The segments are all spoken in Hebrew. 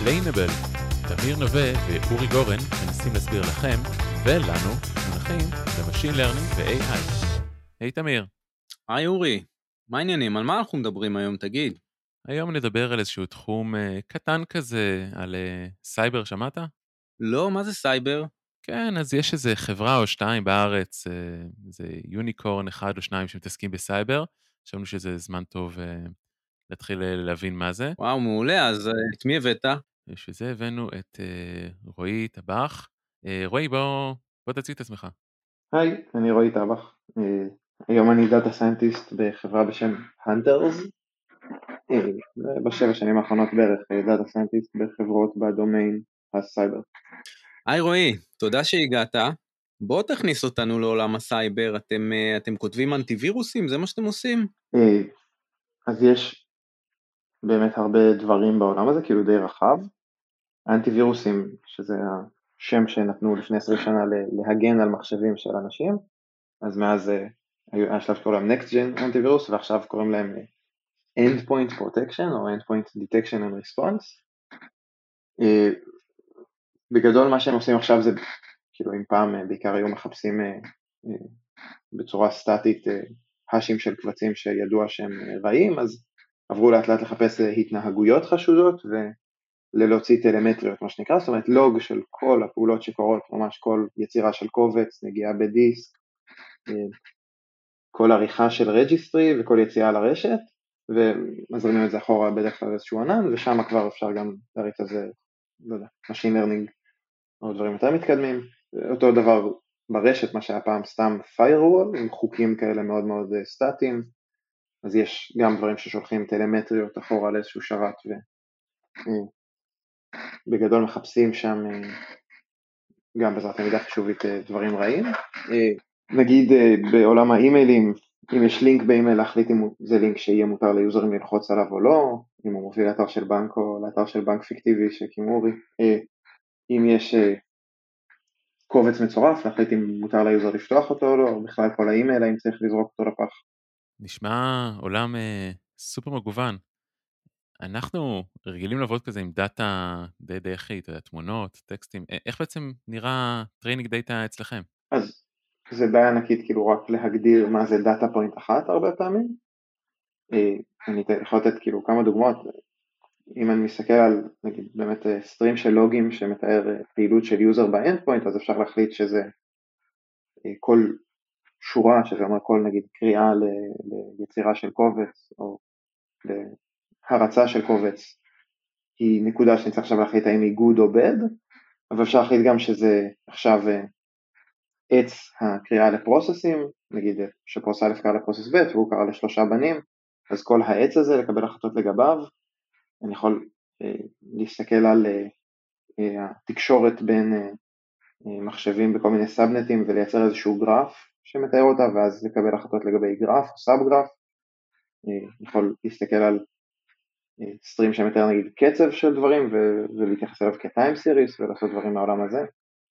Explainable. תמיר נווה ואורי גורן מנסים להסביר לכם ולנו מונחים במשין לרנינג ו-AI. היי תמיר. היי אורי, מה העניינים? על מה אנחנו מדברים היום, תגיד? היום נדבר על איזשהו תחום קטן כזה, על סייבר, שמעת? לא, מה זה סייבר? כן, אז יש איזה חברה או שתיים בארץ, זה יוניקורן אחד או שניים שמתעסקים בסייבר, חשבנו שזה זמן טוב להתחיל להבין מה זה. וואו, מעולה, אז את מי הבאת? בשביל זה הבאנו את רועי טבח. רועי, בוא תציג את עצמך. היי, אני רועי טבח. היום אני דאטה סיינטיסט בחברה בשם Hunters. בשבע שנים האחרונות בערך דאטה סיינטיסט בחברות בדומיין הסייבר. היי רועי, תודה שהגעת. בוא תכניס אותנו לעולם הסייבר, אתם כותבים אנטיווירוסים? זה מה שאתם עושים? אז יש באמת הרבה דברים בעולם הזה, כאילו די רחב. האנטיווירוסים, שזה השם שנתנו לפני 20 שנה להגן על מחשבים של אנשים, אז מאז היה שלב שקוראים להם Next Gen אנטיווירוס, ועכשיו קוראים להם Endpoint Protection או Endpoint Detection and Response. בגדול מה שהם עושים עכשיו זה, כאילו אם פעם בעיקר היו מחפשים בצורה סטטית האשים של קבצים שידוע שהם רעים, אז עברו לאט לאט לחפש התנהגויות חשודות ולהוציא טלמטריות, מה שנקרא, זאת אומרת לוג של כל הפעולות שקורות, ממש כל יצירה של קובץ, נגיעה בדיסק, כל עריכה של רג'יסטרי וכל יציאה לרשת, ומזרימים את זה אחורה בדרך כלל איזשהו ענן, ושם כבר אפשר גם להריץ על זה, לא יודע, Machine Learning או דברים יותר מתקדמים. אותו דבר ברשת, מה שהיה פעם סתם firewall, עם חוקים כאלה מאוד מאוד סטטיים, אז יש גם דברים ששולחים טלמטריות אחורה לאיזשהו שרת, ובגדול מחפשים שם גם בעזרת למידה חישובית דברים רעים. נגיד בעולם האימיילים, אם יש לינק באימייל, להחליט אם זה לינק שיהיה מותר ליוזרים ללחוץ עליו או לא, אם הוא מוביל לאתר של בנק או לאתר של בנק פיקטיבי שכימורי, אם יש קובץ מצורף, להחליט אם מותר ליוזר לפתוח אותו או לא, או בכלל כל האימייל, האם צריך לזרוק אותו לפח. נשמע עולם סופר מגוון. אנחנו רגילים לעבוד כזה עם דאטה די הכי, אתה יודע, תמונות, טקסטים, איך בעצם נראה טריינינג דאטה אצלכם? אז זה בעיה ענקית, כאילו רק להגדיר מה זה דאטה פוינט אחת הרבה פעמים. אני יכול לתת כאילו כמה דוגמאות. אם אני מסתכל על נגיד באמת סטרים של לוגים שמתאר פעילות של יוזר באנד פוינט, אז אפשר להחליט שזה כל שורה, שזה אומר כל נגיד קריאה ליצירה של קובץ או להרצה של קובץ, היא נקודה שאני צריך עכשיו להחליט האם היא good או bad, אבל אפשר להחליט גם שזה עכשיו עץ הקריאה לפרוססים, נגיד שפרוס א' קרא לפרוסס ב' והוא קרא לשלושה בנים, אז כל העץ הזה לקבל החלטות לגביו. אני יכול להסתכל על התקשורת בין מחשבים בכל מיני סאבנטים ולייצר איזשהו גרף שמתאר אותה, ואז לקבל החלטות לגבי גרף או סאב גרף. יכול להסתכל על סטרים שמתאר נגיד קצב של דברים ולהתייחס אליו כטיים סיריס ולעשות דברים מהעולם הזה.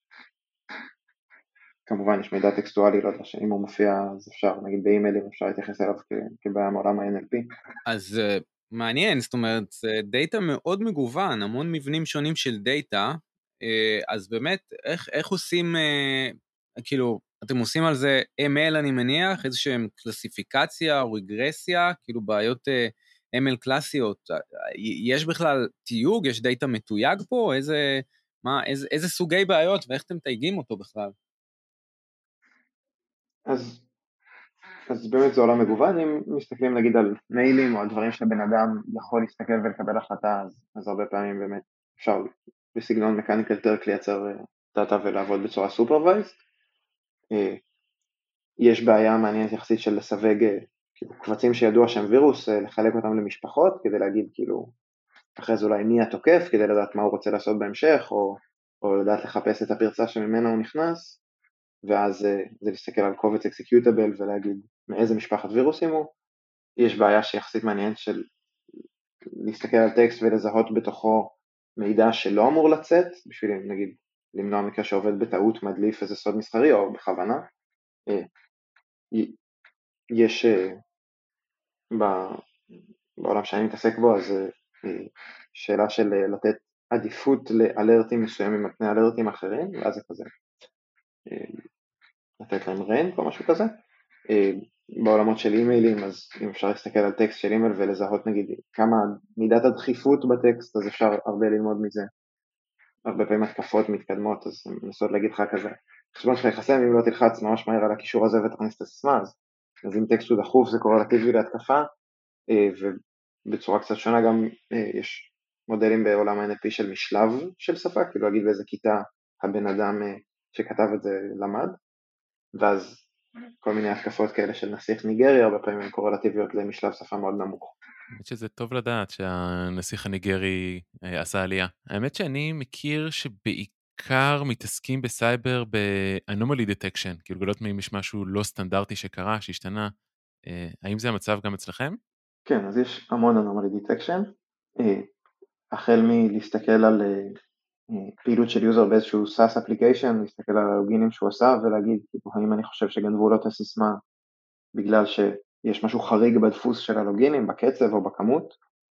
כמובן יש מידע טקסטואלי, לא יודע שאם הוא מופיע אז אפשר, נגיד באימיילים אפשר להתייחס אליו כבעיה מעולם ה-NLP. אז מעניין, זאת אומרת, זה דאטה מאוד מגוון, המון מבנים שונים של דאטה, אז באמת, איך עושים, כאילו, אתם עושים על זה ML אני מניח, איזושהי קלסיפיקציה או רגרסיה, כאילו בעיות ML קלאסיות, יש בכלל תיוג, יש דאטה מתויג פה, איזה סוגי בעיות ואיך אתם תייגים אותו בכלל? אז באמת זה עולם מגוון. אם מסתכלים נגיד על מיילים או על דברים שבן אדם יכול להסתכל ולקבל החלטה, אז הרבה פעמים באמת אפשר בסגנון מקניקל טרק לייצר דאטה ולעבוד בצורה סופרוויזד. יש בעיה מעניינת יחסית של לסווג כאילו, קבצים שידוע שהם וירוס, לחלק אותם למשפחות כדי להגיד כאילו אחרי זה אולי מי התוקף, כדי לדעת מה הוא רוצה לעשות בהמשך, או לדעת לחפש את הפרצה שממנה הוא נכנס, ואז זה להסתכל על קובץ אקסקיוטבל ולהגיד מאיזה משפחת וירוסים הוא. יש בעיה שיחסית מעניינת של להסתכל על טקסט ולזהות בתוכו מידע שלא אמור לצאת, בשביל נגיד למנוע מקרה שעובד בטעות מדליף איזה סוד מסחרי או בכוונה. יש בעולם שאני מתעסק בו, אז שאלה של לתת עדיפות לאלרטים מסוימים על פני אלרטים אחרים, ואז זה כזה לתת להם רנק או משהו כזה. בעולמות של אימיילים, אז אם אפשר להסתכל על טקסט של אימייל ולזהות נגיד כמה מידת הדחיפות בטקסט, אז אפשר הרבה ללמוד מזה. הרבה פעמים התקפות מתקדמות, אז לנסות להגיד לך כזה, חשבון שלך יחסם, אם לא תלחץ ממש מהר על הקישור הזה ותכניס את הסיסמה, אז אם טקסט הוא דחוף זה קורלטיבי להתקפה, ובצורה קצת שונה גם יש מודלים בעולם ה-NLP של משלב של שפה, כאילו להגיד באיזה כיתה הבן אדם שכתב את זה למד, ואז כל מיני התקפות כאלה של נסיך ניגרי, הרבה פעמים הן קורלטיביות למשלב שפה מאוד נמוך. האמת שזה טוב לדעת שהנסיך הניגרי עשה עלייה. האמת שאני מכיר שבעיקר מתעסקים בסייבר ב-anomaly detection, כאילו גלות אם יש משהו לא סטנדרטי שקרה, שהשתנה. האם זה המצב גם אצלכם? כן, אז יש המון anomaly detection, החל מלהסתכל על פעילות של יוזר באיזשהו SaaS application, להסתכל על הלוגינים שהוא עשה ולהגיד, האם אני חושב שגנבו לו את הסיסמה בגלל שיש משהו חריג בדפוס של הלוגינים, בקצב או בכמות,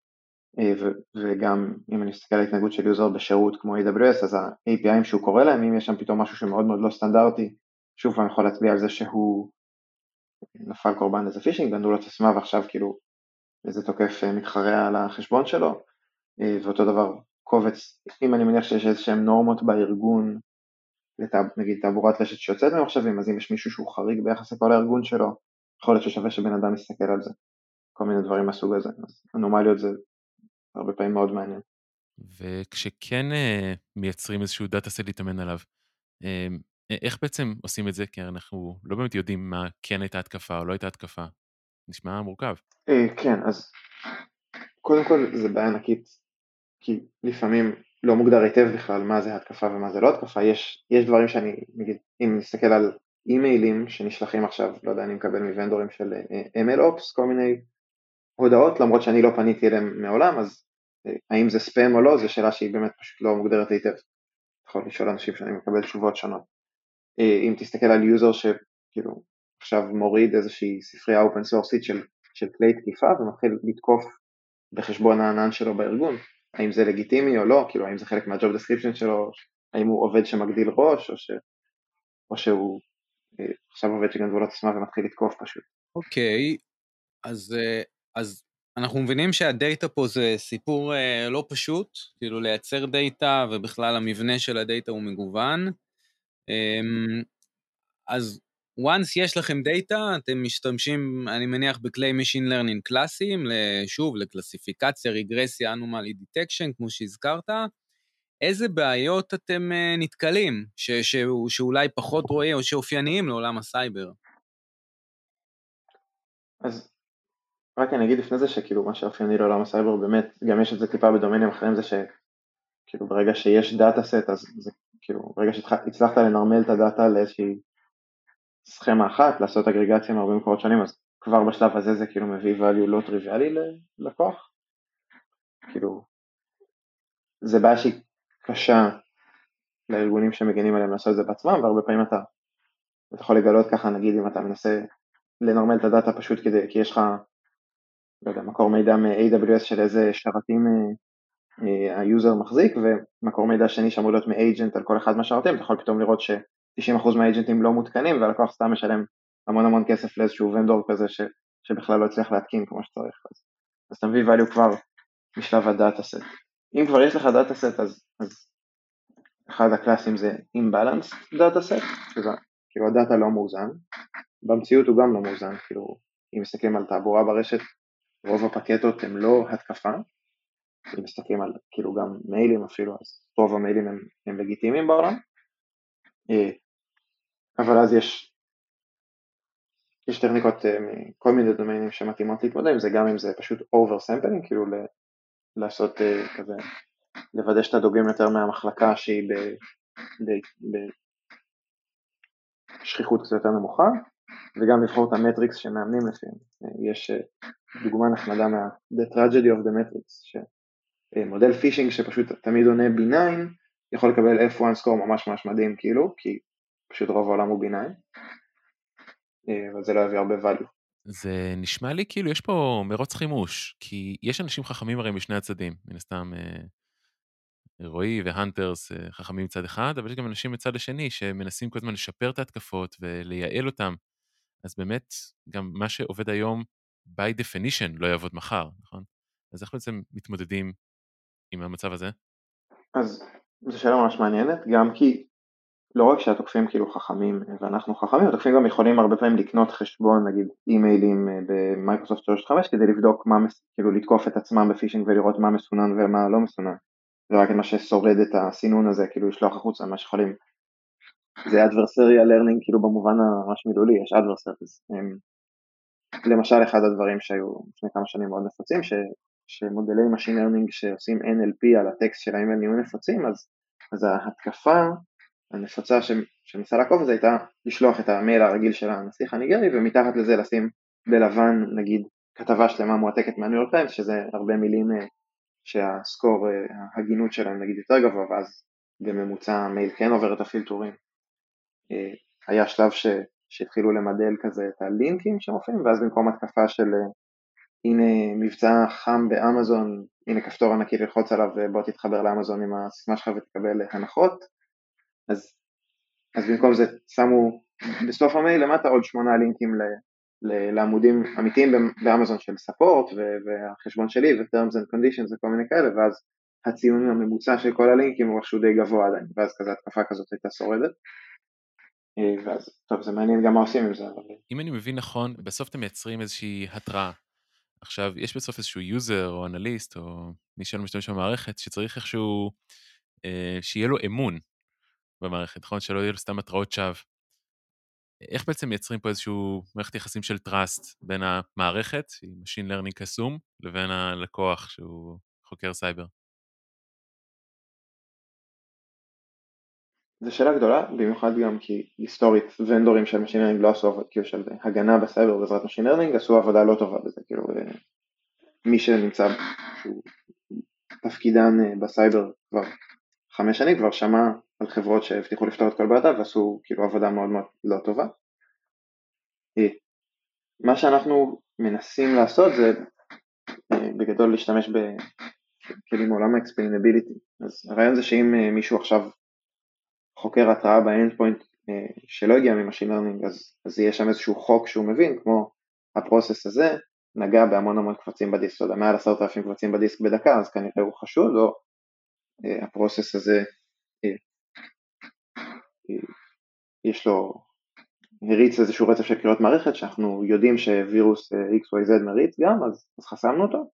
וגם אם אני מסתכל על ההתנהגות של יוזר בשירות כמו AWS, אז ה-API'ים שהוא קורא להם, אם יש שם פתאום משהו שמאוד מאוד לא סטנדרטי, שוב פעם יכול להצביע על זה שהוא נפל קורבן לאיזה פישינג, גנבו לו את הסיסמה ועכשיו כאילו איזה תוקף מתחרה על החשבון שלו, ואותו דבר קובץ, אם אני מניח שיש איזשהם נורמות בארגון, נגיד תעבורת רשת שיוצאת ממחשבים, אז אם יש מישהו שהוא חריג ביחס לכל הארגון שלו, יכול להיות ששווה שבן אדם יסתכל על זה, כל מיני דברים מהסוג הזה, אז אנומליות זה הרבה פעמים מאוד מעניין. וכשכן מייצרים איזשהו דאטה סט להתאמן עליו, איך בעצם עושים את זה? כי אנחנו לא באמת יודעים מה כן הייתה התקפה או לא הייתה התקפה. נשמע מורכב. כן, אז קודם כל זה בעיה ענקית, כי לפעמים לא מוגדר היטב בכלל מה זה התקפה ומה זה לא התקפה, יש דברים שאני, נגיד, אם נסתכל על אימיילים שנשלחים עכשיו, לא יודע, אני מקבל מוונדורים של MLOps, כל מיני הודעות, למרות שאני לא פניתי אליהם מעולם, אז האם זה ספאם או לא, זו שאלה שהיא באמת פשוט לא מוגדרת היטב. יכול לשאול אנשים שאני מקבל תשובות שונות. אם תסתכל על יוזר שכאילו עכשיו מוריד איזושהי ספרייה אופן סורסית של כלי תקיפה ומתחיל לתקוף בחשבון הענן שלו בארגון, האם זה לגיטימי או לא, כאילו האם זה חלק מהג'וב דסקריפשן שלו, האם הוא עובד שמגדיל ראש, או שהוא עכשיו עובד שגנבו לו את עצמה ומתחיל לתקוף פשוט. אוקיי, אז אנחנו מבינים שהדאטה פה זה סיפור לא פשוט, כאילו לייצר דאטה ובכלל המבנה של הדאטה הוא מגוון. אז once יש לכם דאטה, אתם משתמשים, אני מניח, בכלי Machine Learning קלאסיים, שוב, לקלסיפיקציה, רגרסיה, אנומלי דיטקשן, כמו שהזכרת. איזה בעיות אתם נתקלים, שאולי פחות רואה או שאופייניים לעולם הסייבר? אז רק אני אגיד לפני זה שכאילו מה שאופייני לעולם הסייבר באמת, גם יש את זה טיפה בדומיינים אחרים, זה שכאילו ברגע שיש דאטה סט, אז זה כאילו ברגע שהצלחת לנרמל את הדאטה לאיזושהי סכמה אחת, לעשות אגרגציה מהרבה מקורות שונים, אז כבר בשלב הזה זה כאילו מביא value לא טריוויאלי ללקוח. כאילו, זה בעיה שהיא קשה לארגונים שמגנים עליהם לעשות את זה בעצמם, והרבה פעמים אתה יכול לגלות ככה, נגיד אם אתה מנסה לנרמל את הדאטה פשוט כי יש לך, לא יודע, מקור מידע מ-AWS של איזה שרתים היוזר מחזיק, ומקור מידע שני שאמור להיות מ-agent על כל אחד מהשרתים, אתה יכול פתאום לראות ש90% מהאג'נטים לא מותקנים, והלקוח סתם משלם המון כסף לאיזשהו ונדור כזה שבכלל לא הצליח להתקין כמו שצריך. אז אתה מביא value כבר משלב הדאטה סט. אם כבר יש לך דאטה סט, אז אחד הקלאסים זה imbalance דאטה סט, כאילו הדאטה לא מאוזן, במציאות הוא גם לא מאוזן, כאילו אם מסתכלים על תעבורה ברשת, רוב הפקטות הם לא התקפה, אם מסתכלים על כאילו גם מיילים אפילו, אז רוב המיילים הם לגיטימיים בעולם, אבל אז יש טכניקות מכל מיני דומיינים שמתאימות להתמודד עם זה, גם אם זה פשוט over sampling, כאילו לעשות כזה, לוודא שאתה דוגם יותר מהמחלקה שהיא בשכיחות קצת יותר נמוכה, וגם לבחור את המטריקס שמאמנים לפיהם. יש דוגמה נחמדה The Tragedy of the Matrix, שמודל פישינג שפשוט תמיד עונה B9, יכול לקבל F1 סקור ממש מדהים כאילו, כי פשוט רוב העולם הוא B9, אבל זה לא יביא הרבה value. זה נשמע לי כאילו יש פה מרוץ חימוש, כי יש אנשים חכמים הרי משני הצדדים, מן הסתם רועי והנטרס חכמים מצד אחד, אבל יש גם אנשים מצד השני שמנסים כל הזמן לשפר את ההתקפות ולייעל אותם. אז באמת, גם מה שעובד היום, by definition, לא יעבוד מחר, נכון? אז איך בעצם מתמודדים עם המצב הזה? אז זו שאלה ממש מעניינת, גם כי לא רק שהתוקפים כאילו חכמים ואנחנו חכמים, התוקפים גם יכולים הרבה פעמים לקנות חשבון, נגיד אימיילים במייקרוסופט 365 כדי לבדוק מה, כאילו לתקוף את עצמם בפישינג ולראות מה מסונן ומה לא מסונן. זה רק מה ששורד את הסינון הזה, כאילו לשלוח החוצה, מה שיכולים. זה adversarial learning כאילו במובן ממש מילולי, יש adversaries. למשל אחד הדברים שהיו לפני כמה שנים מאוד נפוצים, שמודלי Machine Learning שעושים NLP על הטקסט שלהם הם נהיו נפוצים, אז ההתקפה הנפוצה שניסה לעקוב הזה הייתה לשלוח את המייל הרגיל של הנסיך הניגרי, ומתחת לזה לשים בלבן נגיד כתבה שלמה מועתקת מהניו יורק טיימס, שזה הרבה מילים שהסקור, ההגינות שלהם נגיד יותר גבוה, ואז בממוצע המייל כן עובר את הפילטורים. היה שלב שהתחילו למדל כזה את הלינקים שמופיעים, ואז במקום התקפה של הנה מבצע חם באמזון, הנה כפתור ענקי ללחוץ עליו ובוא תתחבר לאמזון עם הסיסמה שלך ותקבל הנחות, אז במקום זה שמו בסוף המייל למטה עוד 8 לינקים לעמודים אמיתיים באמזון של ספורט והחשבון שלי ו-terms and conditions וכל מיני כאלה, ואז הציון הממוצע של כל הלינקים הוא איכשהו די גבוה עדיין, ואז כזה התקפה כזאת הייתה שורדת. ואז, טוב, זה מעניין גם מה עושים עם זה. אבל... אם אני מבין נכון, בסוף אתם מייצרים איזושהי התראה. עכשיו, יש בסוף איזשהו יוזר או אנליסט או מי שלא משתמש במערכת, שצריך איכשהו, שיהיה לו אמון במערכת, נכון? שלא יהיו לו סתם התראות שווא. איך בעצם מייצרים פה איזשהו מערכת יחסים של טראסט בין המערכת, שהיא Machine Learning קסום, לבין הלקוח שהוא חוקר סייבר? זו שאלה גדולה, במיוחד גם כי היסטורית ונדורים של Machine Learning לא עשו, כאילו של הגנה בסייבר בעזרת Machine Learning, עשו עבודה לא טובה בזה, כאילו מי שנמצא תפקידן בסייבר כבר 5 שנים, כבר שמע על חברות שהבטיחו לפתור את כל בעיה ועשו כאילו עבודה מאוד מאוד לא טובה. מה שאנחנו מנסים לעשות זה בגדול להשתמש בכלים מעולם ה-explainability. אז הרעיון זה שאם מישהו עכשיו חוקר התראה באנד-פוינט שלא הגיע ממשין לרנינג, אז יהיה שם איזשהו חוק שהוא מבין, כמו הפרוסס הזה נגע בהמון המון קבצים בדיסק, או מעל 10,000 קבצים בדיסק בדקה, אז כנראה הוא חשוד, או הפרוסס הזה יש לו הריץ איזשהו רצף של קריאות מערכת, שאנחנו יודעים שווירוס XYZ מריץ גם, אז חסמנו אותו.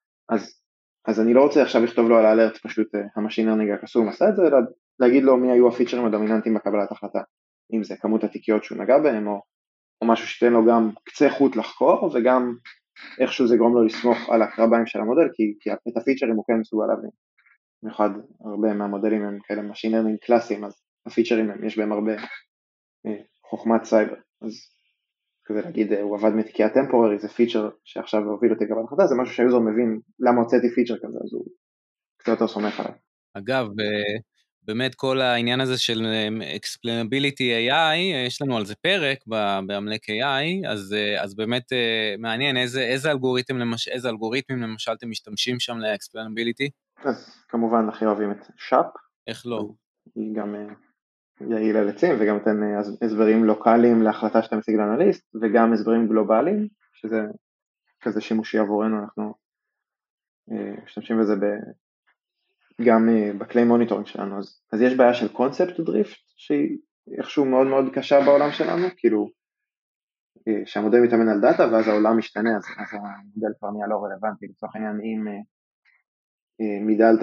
אז אני לא רוצה עכשיו לכתוב לו על האלרט, פשוט המשין לרנינג הקסום עשה את זה, אלא להגיד לו מי היו הפיצ'רים הדומיננטיים בקבלת החלטה, אם זה כמות התיקיות שהוא נגע בהם, או משהו שתן לו גם קצה חוט לחקור, וגם איכשהו זה גרום לו לסמוך על הקרביים של המודל, כי את הפיצ'רים הוא כן מסוגל להבין. במיוחד הרבה מהמודלים הם כאלה משין לרנינג קלאסיים, אז הפיצ'רים יש בהם הרבה חוכמת סייבר, אז כזה להגיד, הוא עבד מתיקייה טמפוררי, זה פיצ'ר שעכשיו הוביל אותי קבלת החלטה, זה משהו שהיוזר מבין למה הוצאתי פיצ'ר כזה, אז הוא קצת יותר סומך עליו. אגב, באמת כל העניין הזה של explainability AI, יש לנו על זה פרק בעמלק AI, אז באמת מעניין איזה אלגוריתמים למשל אתם משתמשים שם ל-explainability? אז כמובן הכי אוהבים את שפ. איך לא? היא גם יעיל על עצים וגם נותן הסברים לוקליים להחלטה שאתה מציג לאנליסט, וגם הסברים גלובליים, שזה כזה שימושי עבורנו, אנחנו משתמשים בזה גם בכלי מוניטורינג שלנו, אז יש בעיה של קונספט דריפט, שהיא איכשהו מאוד מאוד קשה בעולם שלנו, כאילו שהמודל מתאמן על דאטה ואז העולם משתנה, אז המודל כבר נהיה לא רלוונטי, לצורך העניין אם מידלת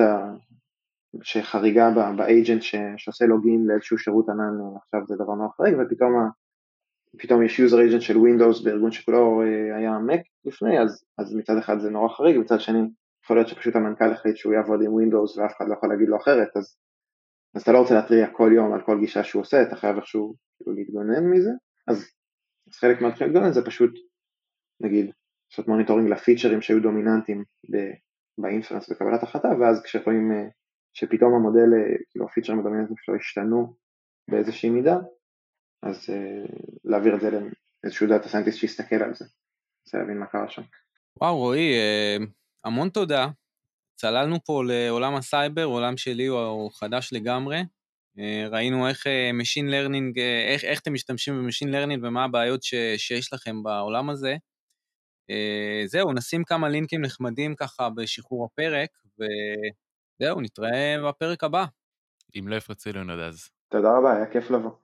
שחריגה באג'נט שעושה לוגין לאיזשהו שירות ענן, עכשיו זה דבר נורא חריג, ופתאום יש user agent של Windows בארגון שכולו היה Mac לפני, אז מצד אחד זה נורא חריג, מצד שני יכול להיות שפשוט המנכ"ל החליט שהוא יעבוד עם Windows ואף אחד לא יכול להגיד לו אחרת, אז אתה לא רוצה להתריע כל יום על כל גישה שהוא עושה, אתה חייב איכשהו להתגונן מזה, אז חלק מהתחיל להתגונן זה פשוט, נגיד, לעשות מוניטורינג לפיצ'רים שהיו דומיננטיים באינפרנס בקבלת החלטה, ואז כשרואים שפתאום המודל, כאילו הפיצ'רים הדומיננטיים שלו השתנו באיזושהי מידה, אז להעביר את זה לאיזשהו דאטה סיינטיסט שיסתכל על זה, רוצה להבין מה קרה שם. וואו רועי, המון תודה. צללנו פה לעולם הסייבר, עולם שלי הוא חדש לגמרי. ראינו איך Machine Learning, איך אתם משתמשים ב-Machine Learning ומה הבעיות שיש לכם בעולם הזה. זהו, נשים כמה לינקים נחמדים ככה בשחרור הפרק, וזהו, נתראה בפרק הבא. אם לא יפרצו לנו עד אז. תודה רבה, היה כיף לבוא.